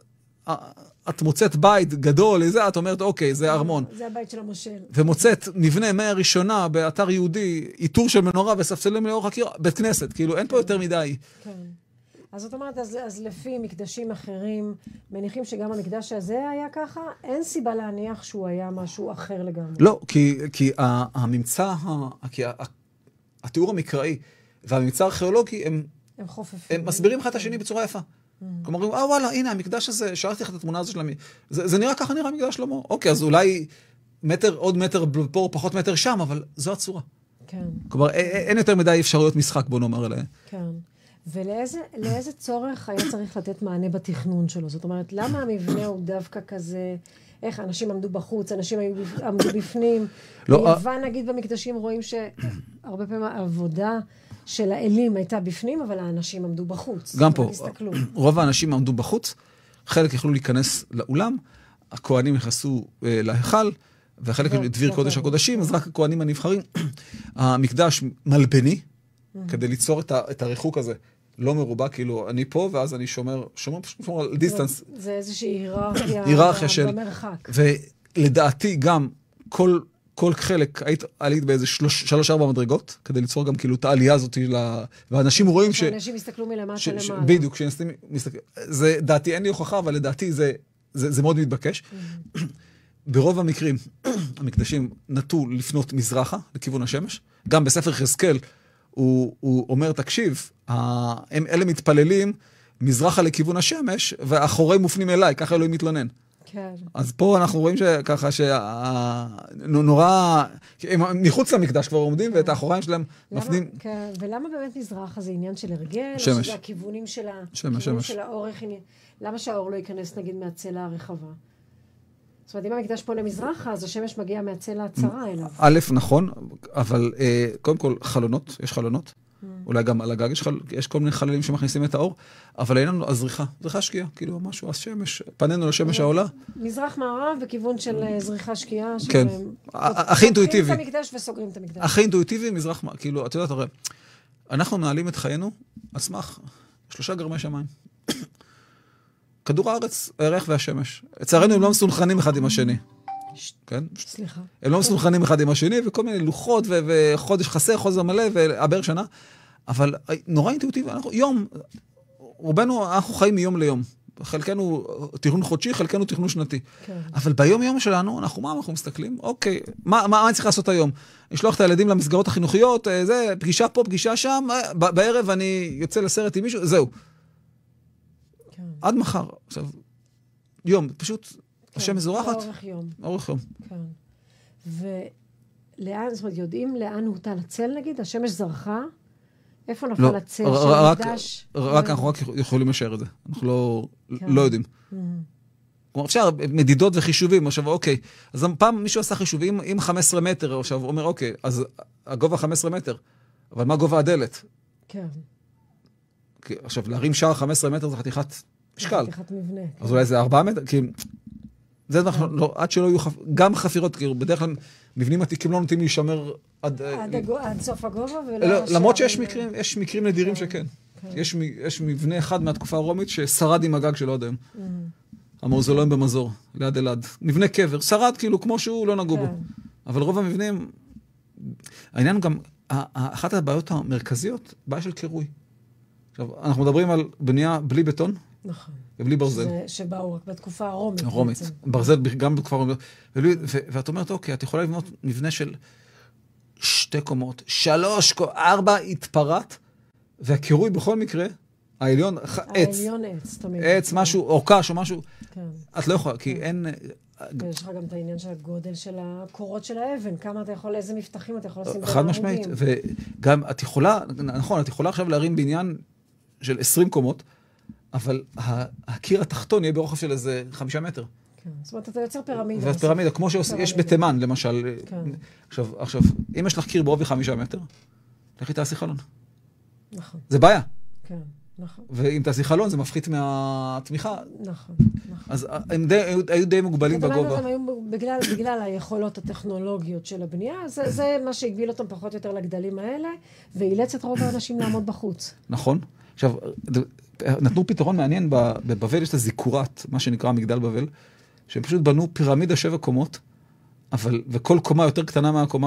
את מוצאת בית גדול, את אומרת, אוקיי, זה ארמון. זה הבית של המושל. ומוצאת מבנה מהראשונה באתר יהודי, איתור של מנורה וספסלים לאור חקירה, בית כנסת, כאילו אין פה יותר מדי. כן. אז זאת אומרת, אז לפי מקדשים אחרים, מניחים שגם המקדש הזה היה ככה, אין סיבה להניח שהוא היה משהו אחר לגמרי. לא, כי הממצא, כי התיאור המקראי והממצא הארכיאולוגי, הם מסבירים אחד את השני בצורה יפה. כלומר, וואלה, הנה, המקדש הזה, שרתי לך את התמונה הזו של זה נראה ככה נראה מקדש שלמה. אוקיי, אז אולי עוד מטר פה, פחות מטר שם, אבל זו הצורה. כן. כלומר, אין יותר מדי אפשרויות משחק, בוא נאמר אליהם. כן. ולאיזה צורך היה צריך לתת מענה בתכנון שלו? זאת אומרת, למה המבנה הוא דווקא כזה, איך אנשים עמדו בחוץ, אנשים עמדו בפנים? ביוון, נגיד, במקדשים רואים שהרבה פעמים העבודה של האלים הייתה בפנים, אבל האנשים עמדו בחוץ. גם פה, רוב האנשים עמדו בחוץ, חלק יכלו להיכנס לאולם, הכהנים נכנסו להיכל, וחלק לדביר קודש הקודשים, אז רק הכהנים הנבחרים. המקדש מלבני, כדי ליצור את הריחוק הזה, לא מרובע, כאילו, אני פה, ואז אני שומר על דיסטנס. זה איזושהי היררכיה במרחק. ולדעתי גם כל חלק, עלית באיזה 3-4 מדרגות, כדי ליצור גם כאילו את העלייה הזאת, ואנשים רואים שאנשים מסתכלו מלמטה למעלה. בדיוק, זה דעתי, אין לי הוכחה, אבל לדעתי זה מאוד מתבקש. ברוב המקרים, המקדשים נטו לפנות מזרחה, לכיוון השמש. גם בספר חזקאל, הוא אומר, תקשיב, אלה מתפללים מזרחה לכיוון השמש, והאחורי מופנים אליי, ככה אלוהים מתלונן. כן. אז פה אנחנו רואים שככה נורא, הם מחוץ למקדש כבר עומדים, ואת האחוריים שלהם מפנים. כן, ולמה באמת מזרחה זה עניין של הרגל? שמש. או שזה הכיוונים של האור, למה שהאור לא ייכנס נגיד מהצלע הרחבה? זאת אומרת, אם המקדש פה למזרחה, אז השמש מגיעה מהצלע הצרה אליו. א', נכון, אבל קודם כל חלונות, יש חלונות. אולי גם על הגג יש כל מיני חללים שמכניסים את האור, אבל אין לנו זריחה שקיעה, כאילו משהו, השמש, פנינו לשמש העולה. מזרח מערב בכיוון של זריחה שקיעה. כן, הכי אינטואיטיבי. פותחים את המקדש וסוגרים את המקדש. הכי אינטואיטיבי, מזרח, כאילו, את יודעת, הרי, אנחנו מנהלים את חיינו על סמך 3 גרמי שמיים. כדור הארץ, הירח והשמש. לצערנו הם לא מסונכרנים אחד עם השני. כן? סליחה. הם לא מסונכרנים אחד עם השני, וכל מיני לוחות, וחודש חסר, חוזר מלא, ועבר שנה. אבל נורא אינטואיטיבי, רובנו, אנחנו חיים מיום ליום. חלקנו תכנון חודשי, חלקנו תכנון שנתי. כן. אבל ביום שלנו, אנחנו מסתכלים? אוקיי, מה אני צריך לעשות היום? לשלוח את הילדים למסגרות החינוכיות, פגישה פה, פגישה שם, בערב אני יוצא לסרט עם מישהו, זהו. כן. עד מחר. עכשיו, יום, פשוט, כן. השם מזורחת. אורך יום. כן. ולאן, זאת אומרת, יודעים לאן הוטל הצל, נגיד? השמש זרחה? איפה נפל הצל של המקדש? אנחנו רק יכולים לשער את זה. אנחנו לא יודעים. כלומר, אפשר מדידות וחישובים. עכשיו, אוקיי, אז פעם מישהו עשה חישובים עם 15 מטר, עכשיו אומר, אוקיי, אז הגובה 15 מטר, אבל מה גובה הדלת? כן. עכשיו, להרים שער 15 מטר זה חתיכת משקל. חתיכת מבנה. אז אולי זה 4 מטר, כי זה עד שלא יהיו גם חפירות, כי בדרך כלל מבנים עתיקים לא נוטים להישמר עד סוף הגובה, למרות שיש מקרים נדירים שכן. יש מבנה אחד מהתקופה הרומית ששרד עם הגג שלו עד היום. המאוזולוים במזור, ליד אלעד. מבנה קבר, שרד כאילו כמו שהוא, לא נגעו בו. אבל רוב המבנים, העניין גם, אחת הבעיות המרכזיות, בעיה של קירוי. עכשיו, אנחנו מדברים על בנייה בלי בטון, נכון. ובלי ברזל. שבאו רק בתקופה הרומית. הרומית. ברזל גם בתקופה הרומית. ואת אומרת, אוקיי, את יכולה לבנות מבנה של 2 קומות, 3, 4 התפרט, והקירוי בכל מקרה, העליון, עץ. העליון עץ, תמיד. עץ, משהו, אורקש או משהו. כן. את לא יכולה, כי אין... ויש לך גם את העניין של הגודל של הקורות של האבן, כמה אתה יכול, איזה מפתחים אתה יכול לשים בין חד משמעית, וגם את יכולה, נכון, את יכולה עכשיו להרים בניין של 20 קומות, אבל הקיר התחתון יהיה ברוחב של איזה 5 מטר. כן, זאת אומרת, אתה יוצר פירמידה. ואת פירמידה, כמו שיש בתימן, למשל. עכשיו, אם יש לך קיר בעובי 5 מטר, לכי תעשי חלון. נכון. זה בעיה. כן, נכון. ואם תעשי חלון, זה מפחית מהתמיכה. נכון. אז הם היו די מוגבלים בגובה. הם היו, בגלל היכולות הטכנולוגיות של הבנייה, זה מה שהגביל אותם פחות או יותר לגדלים האלה, ואילץ את רוב האנשים לעמוד בחוץ. נכון. עכשיו, נתנו פתרון מעניין, בבבל יש את הזיקורת, מה שנקרא מגדל בבל, שהם פשוט בנו פירמידה 7 קומות, וכל קומה יותר קטנה מהקומה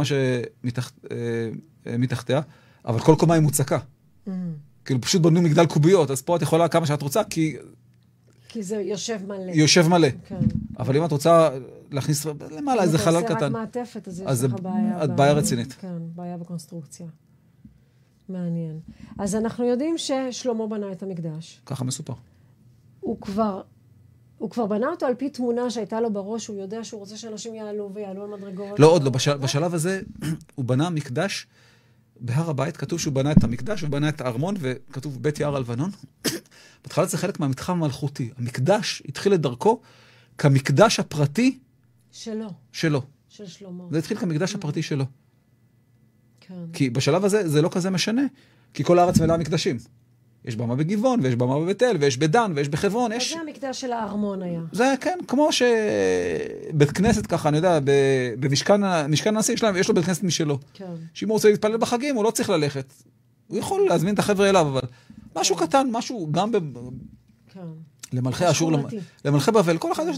שמתחתיה, אבל כל קומה היא מוצקה. כאילו פשוט בנו מגדל קוביות, אז פה את יכולה כמה שאת רוצה, כי זה יושב מלא. יושב מלא. אבל אם את רוצה להכניס למעלה איזה חלל קטן. אם אתה עושה רק מעטפת, אז יש לך בעיה. בעיה רצינית. כן, בעיה בקונסטרוקציה. מעניין. אז אנחנו יודעים ששלמה בנה את המקדש. ככה מסופר. הוא כבר בנה אותו על פי תמונה שהייתה לו בראש, הוא יודע שהוא רוצה שאנשים יעלו ויעלו על מדרגות. לא, עוד לא. בשלב הזה הוא בנה מקדש בהר הבית, כתוב שהוא בנה את המקדש, הוא בנה את הארמון, וכתוב בית יער הלבנון. בהתחלה זה חלק מהמתחם המלכותי. המקדש התחיל את דרכו כמקדש הפרטי שלו. של שלמה. זה התחיל כמקדש הפרטי שלו. כן. כי בשלב הזה זה לא כזה משנה, כי כל הארץ מלאה מקדשים. יש במה בגבעון, ויש במה בבית אל, ויש בדן, ויש בחברון. אז זה המקדש של הארמון היה. זה כן, כמו שבית כנסת ככה, אני יודע, במשכן הנשיא יש לו בית כנסת משלו. כן. שאם הוא רוצה להתפלל בחגים, הוא לא צריך ללכת. הוא יכול להזמין את החבר'ה אליו, אבל משהו קטן, משהו גם למלכי אשור, למלכי בבל, כל אחד יש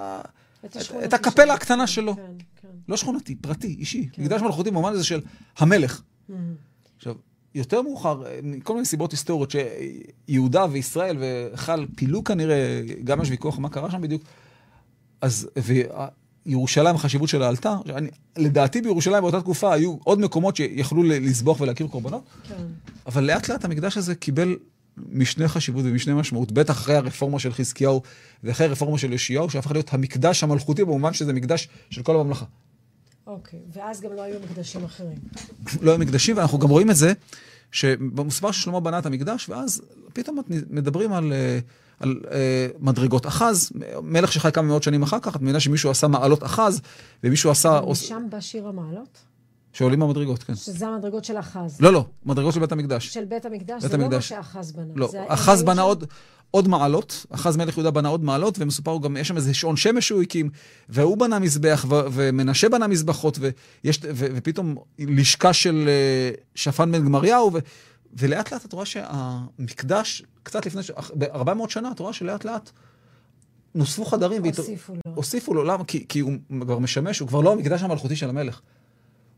את הקפלה הקטנה שלו. לא שכונתי, פרטי, אישי. מקדש מלכותי במובן הזה של המלך. עכשיו, יותר מאוחר, כל מיני סיבות היסטוריות, שיהודה וישראל, וחל פילוג כנראה, גם יש ויכוח מה קרה שם בדיוק, אז, וירושלים, החשיבות שלה עלתה, לדעתי בירושלים באותה תקופה, היו עוד מקומות שיכלו לסבוח ולהכיר קורבנות, אבל לאט לאט המקדש הזה קיבל משנה חשיבות ומשנה משמעות, בטח אחרי הרפורמה של חזקיהו, ואחרי הרפורמה של יאשיהו, שהפך להיות המקדש המלכותי, במובן שזה מקדש של כל הממלכה. אוקיי, ואז גם לא היו מקדשים אחרים. לא היו מקדשים, ואנחנו גם רואים את זה, שבמספר ששלמה בנה את המקדש, ואז פתאום מדברים על מדרגות אחז, מלך שחי כמה מאות שנים אחר כך, את מבינה שמישהו עשה מעלות אחז, ומישהו עשה... משם בא שיר המעלות? שעולים במדרגות, כן. שזה המדרגות של אחז. לא, מדרגות של בית המקדש. של בית המקדש, זה לא מה שאחז בנה. לא, אחז בנה עוד מעלות, אחז מלך יהודה בנה עוד מעלות, ומסופר גם, יש שם איזה שעון שמש שהוא הקים, והוא בנה מזבח, ומנשה בנה מזבחות, ופתאום לשכה של שפן בן גמריהו, ולאט לאט את רואה שהמקדש, קצת לפני, ב-400 שנה, את רואה שלאט לאט נוספו חדרים. הוסיפו לו. למה? כי הוא כבר משמש, הוא כבר לא המקדש המלכותי של המלך.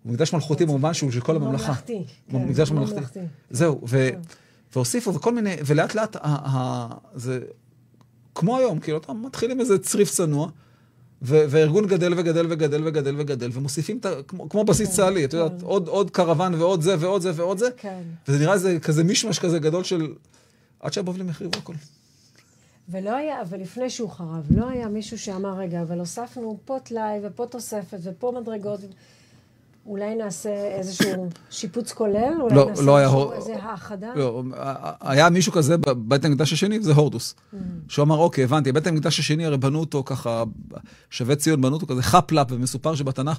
הוא מקדש מלכותי במובן שהוא של כל הממלכה. ממלכתי. מקדש ממלכתי. זהו, והוסיפו, וכל מיני, ולאט לאט, זה כמו היום, כאילו, אתה מתחיל עם איזה צריף צנוע, והארגון גדל וגדל וגדל וגדל וגדל, ומוסיפים כמו בסיס צה"לי, אתה יודעת, עוד קרוון ועוד זה ועוד זה ועוד זה, וזה נראה איזה כזה מישמש כזה גדול של, עד שהבבלים החריבו הכל. ולא היה, אבל לפני שהוא חרב, לא היה מישהו שאמר, רגע, אבל הוספנו פה טלאי ופה תוספת ופה מדרגות, אולי נעשה איזשהו שיפוץ כולל? אולי נעשה איזה האחדה? לא, היה מישהו כזה בבית המקדש השני, וזה הורדוס. שהוא אמר, אוקיי, הבנתי, בית המקדש השני הרי בנו אותו ככה, שווה ציון בנו אותו כזה חפלפ, ומסופר שבתנ"ך,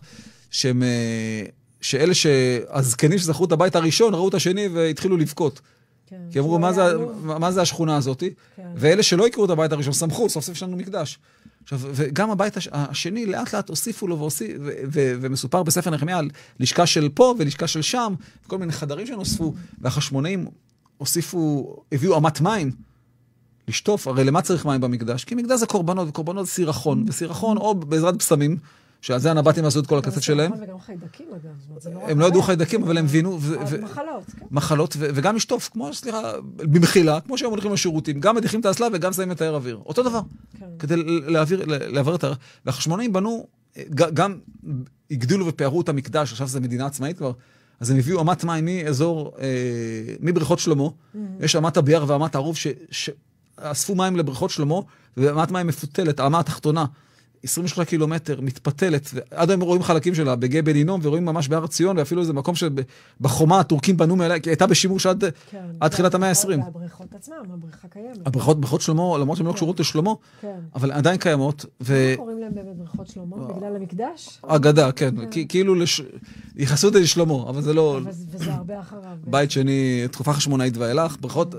שאלה שהזקנים שזכרו את הבית הראשון, ראו את השני והתחילו לבכות. כי אמרו, מה זה השכונה הזאת? ואלה שלא הכירו את הבית הראשון, שמחו, סוף סוף יש לנו מקדש. עכשיו, וגם הבית השני לאט לאט הוסיפו לו ומסופר בספר נחמיה על לשכה של פה ולשכה של שם, וכל מיני חדרים שנוספו, והחשמונאים הביאו אמת מים לשטוף, הרי למה צריך מים במקדש? כי מקדש זה קורבנות, וקורבנות זה סירחון, וסירחון או בעזרת בשמים, שעל זה הנבטים עשו את כל הקצת שלהם. וגם חיידקים, אגב. הם לא ידעו חיידקים, אבל הם הבינו. מחלות, כן. מחלות, וגם לשטוף, כמו, סליחה, במחילה, כמו שהם הולכים לשירותים, גם מדיחים את האסלה וגם שמים את האר אוויר. אותו דבר. כדי להעביר את האר. והחשמונאים בנו, גם הגדילו ופארו את המקדש, עכשיו זה מדינה עצמאית כבר, אז הם הביאו אמת מים מאזור, מבריכות שלמה, יש אמת הביאר ואמת הערוב, שאספו מים לבריכות שלמה, ואמת מים מפותלת, האמה התחתונה, 23 קילומטר, מתפתלת, ועד היום רואים חלקים שלה בגבל הינום, ורואים ממש בהר ציון, ואפילו איזה מקום שבחומה הטורקים בנו מאליה, כי הייתה בשימוש עד תחילת המאה ה-20. והבריכות עצמם, הבריכה קיימת. הבריכות שלמה, למרות שהן לא קשורות לשלמה, אבל עדיין קיימות. מה קוראים להם באמת בריכות שלמה? בגלל המקדש? אגדה, כן. כאילו יחסו את זה לשלמה, אבל זה לא... וזה הרבה אחריו. בית שני, תקופה חשמונאית ואילך, בריכות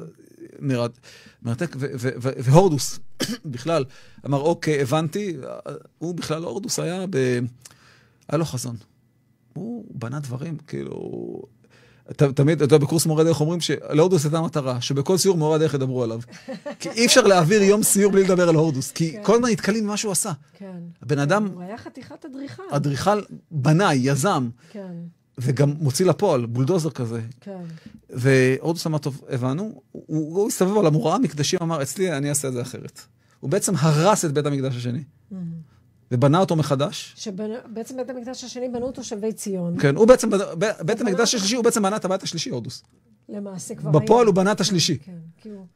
מרתק, והורדוס בכלל אמר, אוקיי, הבנתי, הוא בכלל, הורדוס היה לו חזון. הוא בנה דברים, כאילו, תמיד, אתה יודע, בקורס מורה דרך אומרים שלהורדוס הייתה מטרה, שבכל סיור מורה דרך ידברו עליו. כי אי אפשר להעביר יום סיור בלי לדבר על הורדוס, כי כל הזמן נתקלים במה שהוא עשה. הבן אדם... הוא היה חתיכת אדריכל. אדריכל בנאי, יזם. כן. וגם מוציא לפועל, בולדוזר כזה. כן. והורדוס אמר, טוב, הבנו, הוא הסתובב על המוראה המקדשים, אמר, אצלי אני אעשה את זה אחרת. הוא בעצם הרס את בית המקדש השני. ובנה אותו מחדש. שבעצם בית המקדש השני בנו אותו שבי ציון. כן, הוא בעצם, בית המקדש השלישי, הוא בעצם בנה את הבית השלישי, הורדוס. למעשה כבר בפועל הוא בנה את השלישי. כן, כאילו,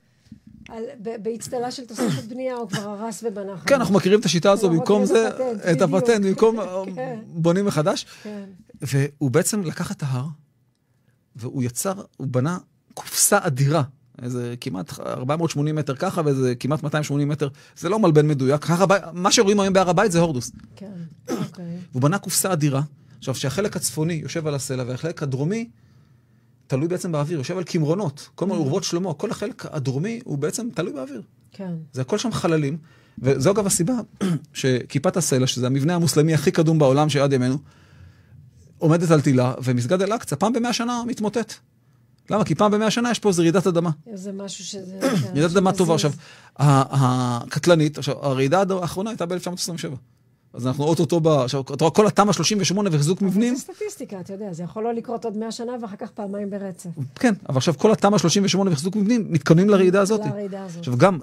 בהצטלה של תוספת בנייה הוא כבר הרס ובנה. כן, אנחנו מכירים את השיטה הזו, במקום זה, את הפטנט, במקום בונים מחדש. והוא בעצם לקח את ההר, והוא יצר, הוא בנה קופסה אדירה, איזה כמעט 480 מטר ככה, ואיזה כמעט 280 מטר, זה לא מלבן מדויק, מה שרואים היום בהר הבית זה הורדוס. כן, אוקיי. והוא בנה קופסה אדירה, עכשיו שהחלק הצפוני יושב על הסלע, והחלק הדרומי תלוי בעצם באוויר, יושב על כמרונות, כל מיני אורוות שלמה, כל החלק הדרומי הוא בעצם תלוי באוויר. כן. זה הכל שם חללים, וזו אגב הסיבה שכיפת הסלע, שזה המבנה המוסלמי הכי קדום בעולם שעד ימינו, עומדת על תילה, ומסגד אל-אקצא פעם ב100 שנה מתמוטט. למה? כי פעם ב100 שנה יש פה איזה רעידת אדמה. זה משהו שזה... רעידת אדמה טובה. עכשיו, הקטלנית, עכשיו, הרעידה האחרונה הייתה ב-1927. אז אנחנו אותו עכשיו, כל התמ"א 38 וחיזוק מבנים... זה סטטיסטיקה, אתה יודע, זה יכול לא לקרות עוד 100 שנה ואחר כך פעמיים ברצף. כן, אבל עכשיו כל התמ"א 38 וחיזוק מבנים מתכוננים לרעידה הזאת. לרעידה הזאת. עכשיו, גם,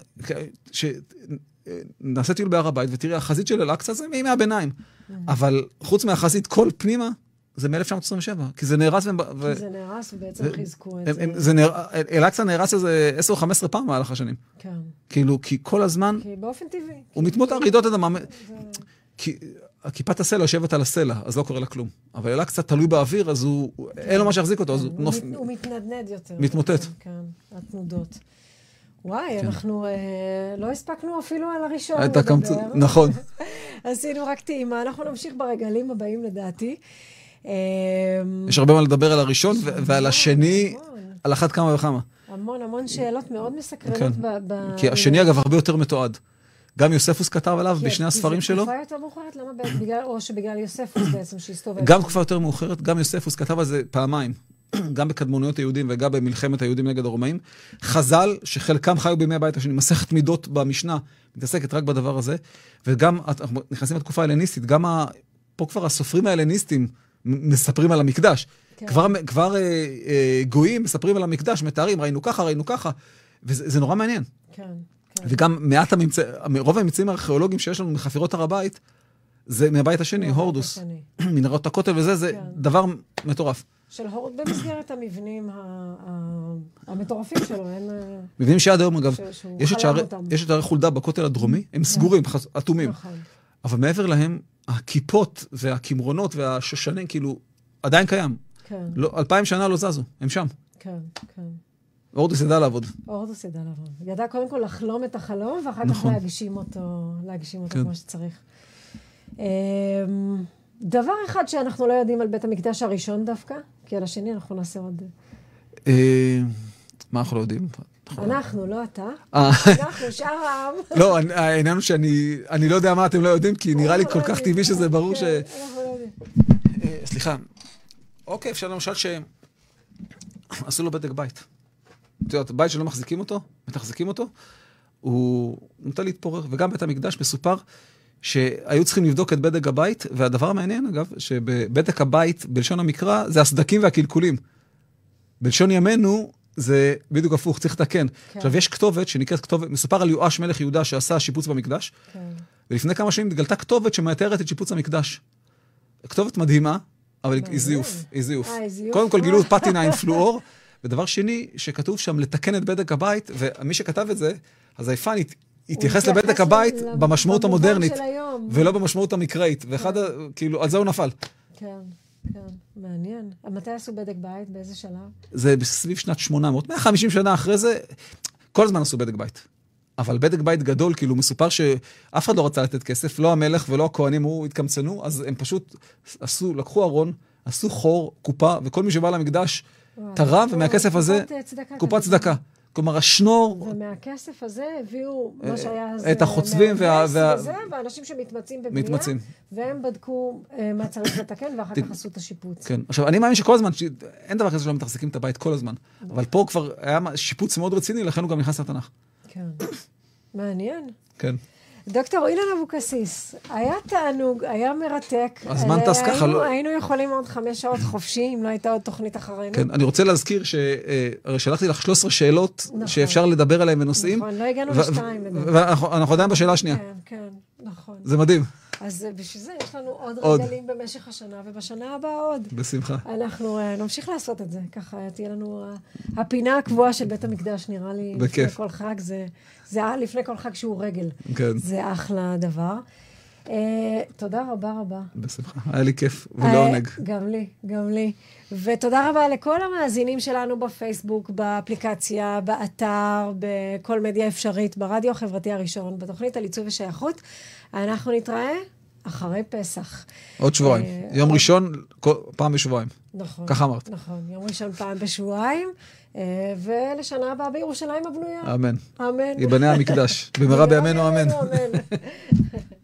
נעשה טיול בהר הבית, ותראי, החזית של אל-אקצא זה מימי הביניים. אבל חוץ מהחזית, כל פנימה, זה מ-1927, כי זה נהרס... כי זה נהרס ובעצם חיזקו את זה. אל-אקצא נהרס איזה 10 או 15 פעם מהלך השנים. כן. כאילו, כי כל הזמן... כי באופן טבעי. הוא מתמוטט רעידות אדמה. כי כיפת הסלע יושבת על הסלע, אז לא קורה לה כלום. אבל אל-אקצא תלוי באוויר, אז אין לו מה שיחזיק אותו, אז הוא מתנדנד יותר. מתמוטט. כן, התנודות. וואי, אנחנו לא הספקנו אפילו על הראשון לדבר. נכון. עשינו רק טעימה, אנחנו נמשיך ברגלים הבאים לדעתי. יש הרבה מה לדבר על הראשון, ועל השני, על אחת כמה וכמה. המון שאלות מאוד מסקרנות. כי השני אגב הרבה יותר מתועד. גם יוספוס כתב עליו בשני הספרים שלו. תקופה יותר מאוחרת? למה? או שבגלל יוספוס בעצם שהסתובב? גם תקופה יותר מאוחרת, גם יוספוס כתב על זה פעמיים. גם בקדמוניות היהודים וגם במלחמת היהודים נגד הרומאים. חז"ל, שחלקם חיו בימי הבית השני, מסכת מידות במשנה, מתעסקת רק בדבר הזה. וגם, אנחנו נכנסים לתקופה ההלניסטית, גם פה כבר הסופרים ההלניסטים, מספרים על המקדש. כן. כבר גויים מספרים על המקדש, מתארים, ראינו ככה, וזה נורא מעניין. כן. וגם רוב הממצאים הארכיאולוגיים שיש לנו מחפירות הר הבית, זה מהבית השני, הורדוס. מנהרות הכותל וזה, זה דבר מטורף. של הורדוס, במסגרת המבנים המטורפים שלו, אין... מבנים שעד היום, אגב, יש את הרי חולדה בכותל הדרומי, הם סגורים, אטומים. אבל מעבר להם, הכיפות והכמרונות והשושנים, כאילו, עדיין קיים. 2000 שנה לא זזו, הם שם. כן. הורדוס ידע לעבוד. ידע קודם כל לחלום את החלום, ואחר כך להגשים אותו כמו שצריך. דבר אחד שאנחנו לא יודעים על בית המקדש הראשון דווקא, כי על השני אנחנו נעשה עוד... מה אנחנו לא יודעים? אנחנו, לא אתה. אנחנו, שאר העם. לא, העניין הוא שאני לא יודע מה אתם לא יודעים, כי נראה לי כל כך טבעי שזה ברור ש... אנחנו לא יודעים. סליחה. אוקיי, אפשר למשל שעשו לו בדק בית. את יודעת, בית שלא מתחזקים אותו, הוא נוטה להתפורר, וגם בית המקדש מסופר שהיו צריכים לבדוק את בדק הבית, והדבר המעניין, אגב, שבבדק הבית, בלשון המקרא, זה הסדקים והקלקולים. בלשון ימינו, זה בדיוק הפוך, צריך לתקן. עכשיו, יש כתובת שנקראת כתובת, מסופר על יואש מלך יהודה שעשה שיפוץ במקדש, ולפני כמה שנים התגלתה כתובת שמתארת את שיפוץ המקדש. כתובת מדהימה, אבל היא זיוף. קודם כל גילו פטינה עם פלואור, ודבר שני, שכתוב שם לתקן את בדק הבית, ומי שכתב את זה, אז היפן התייחס לבדק הבית במשמעות המודרנית, ולא במשמעות המקראית, ואחד, כאילו, על זה הוא נפל. כן, מעניין. מתי עשו בדק בית? באיזה שלב? זה בסביב שנת 800, 150 שנה אחרי זה, כל הזמן עשו בדק בית. אבל בדק בית גדול, כאילו, מסופר שאף אחד לא רצה לתת כסף, לא המלך ולא הכהנים, הוא התקמצנו, אז הם פשוט לקחו ארון, עשו חור, קופה, וכל מי שבא למקדש תרם, ומהכסף הזה, קופת צדקה. כלומר, השנור... ומהכסף הזה הביאו מה שהיה אז... את החוצבים והאנשים שמתמצאים בבנייה, והם בדקו מה צריך לתקן, ואחר כך עשו את השיפוץ. כן. עכשיו, אני מאמין שכל הזמן, אין דבר כזה שלא מתחזקים את הבית כל הזמן, אבל פה כבר היה שיפוץ מאוד רציני, לכן הוא גם נכנס לתנ"ך. כן. מעניין. כן. דוקטור אילן אבוקסיס, היה תענוג, היה מרתק. הזמן טס ככה, לא... היינו יכולים עוד 5 שעות חופשי, אם לא הייתה עוד תוכנית אחרינו. כן, אני רוצה להזכיר שלחתי לך 13 שאלות שאפשר לדבר עליהן בנושאים. נכון, לא הגענו ל2. ואנחנו עדיין בשאלה השנייה. כן, נכון. זה מדהים. אז בשביל זה יש לנו עוד רגלים במשך השנה, ובשנה הבאה עוד. בשמחה. אנחנו נמשיך לעשות את זה, ככה תהיה לנו הפינה הקבועה של בית המקדש, נראה לי, לפני כל חג, זה לפני כל חג שהוא רגל. כן. זה אחלה דבר. תודה רבה. בשמחה, היה לי כיף ולעונג. גם לי. ותודה רבה לכל המאזינים שלנו בפייסבוק, באפליקציה, באתר, בכל מדיה אפשרית, ברדיו החברתי הראשון, בתוכנית על עיצוב ושייכות. אנחנו נתראה אחרי פסח. עוד שבועיים. יום ראשון, פעם בשבועיים. נכון. ככה אמרת. נכון, יום ראשון פעם בשבועיים, ולשנה הבאה בירושלים הבנויה. אמן. אמן. ייבנה המקדש. במהרה בימינו אמן.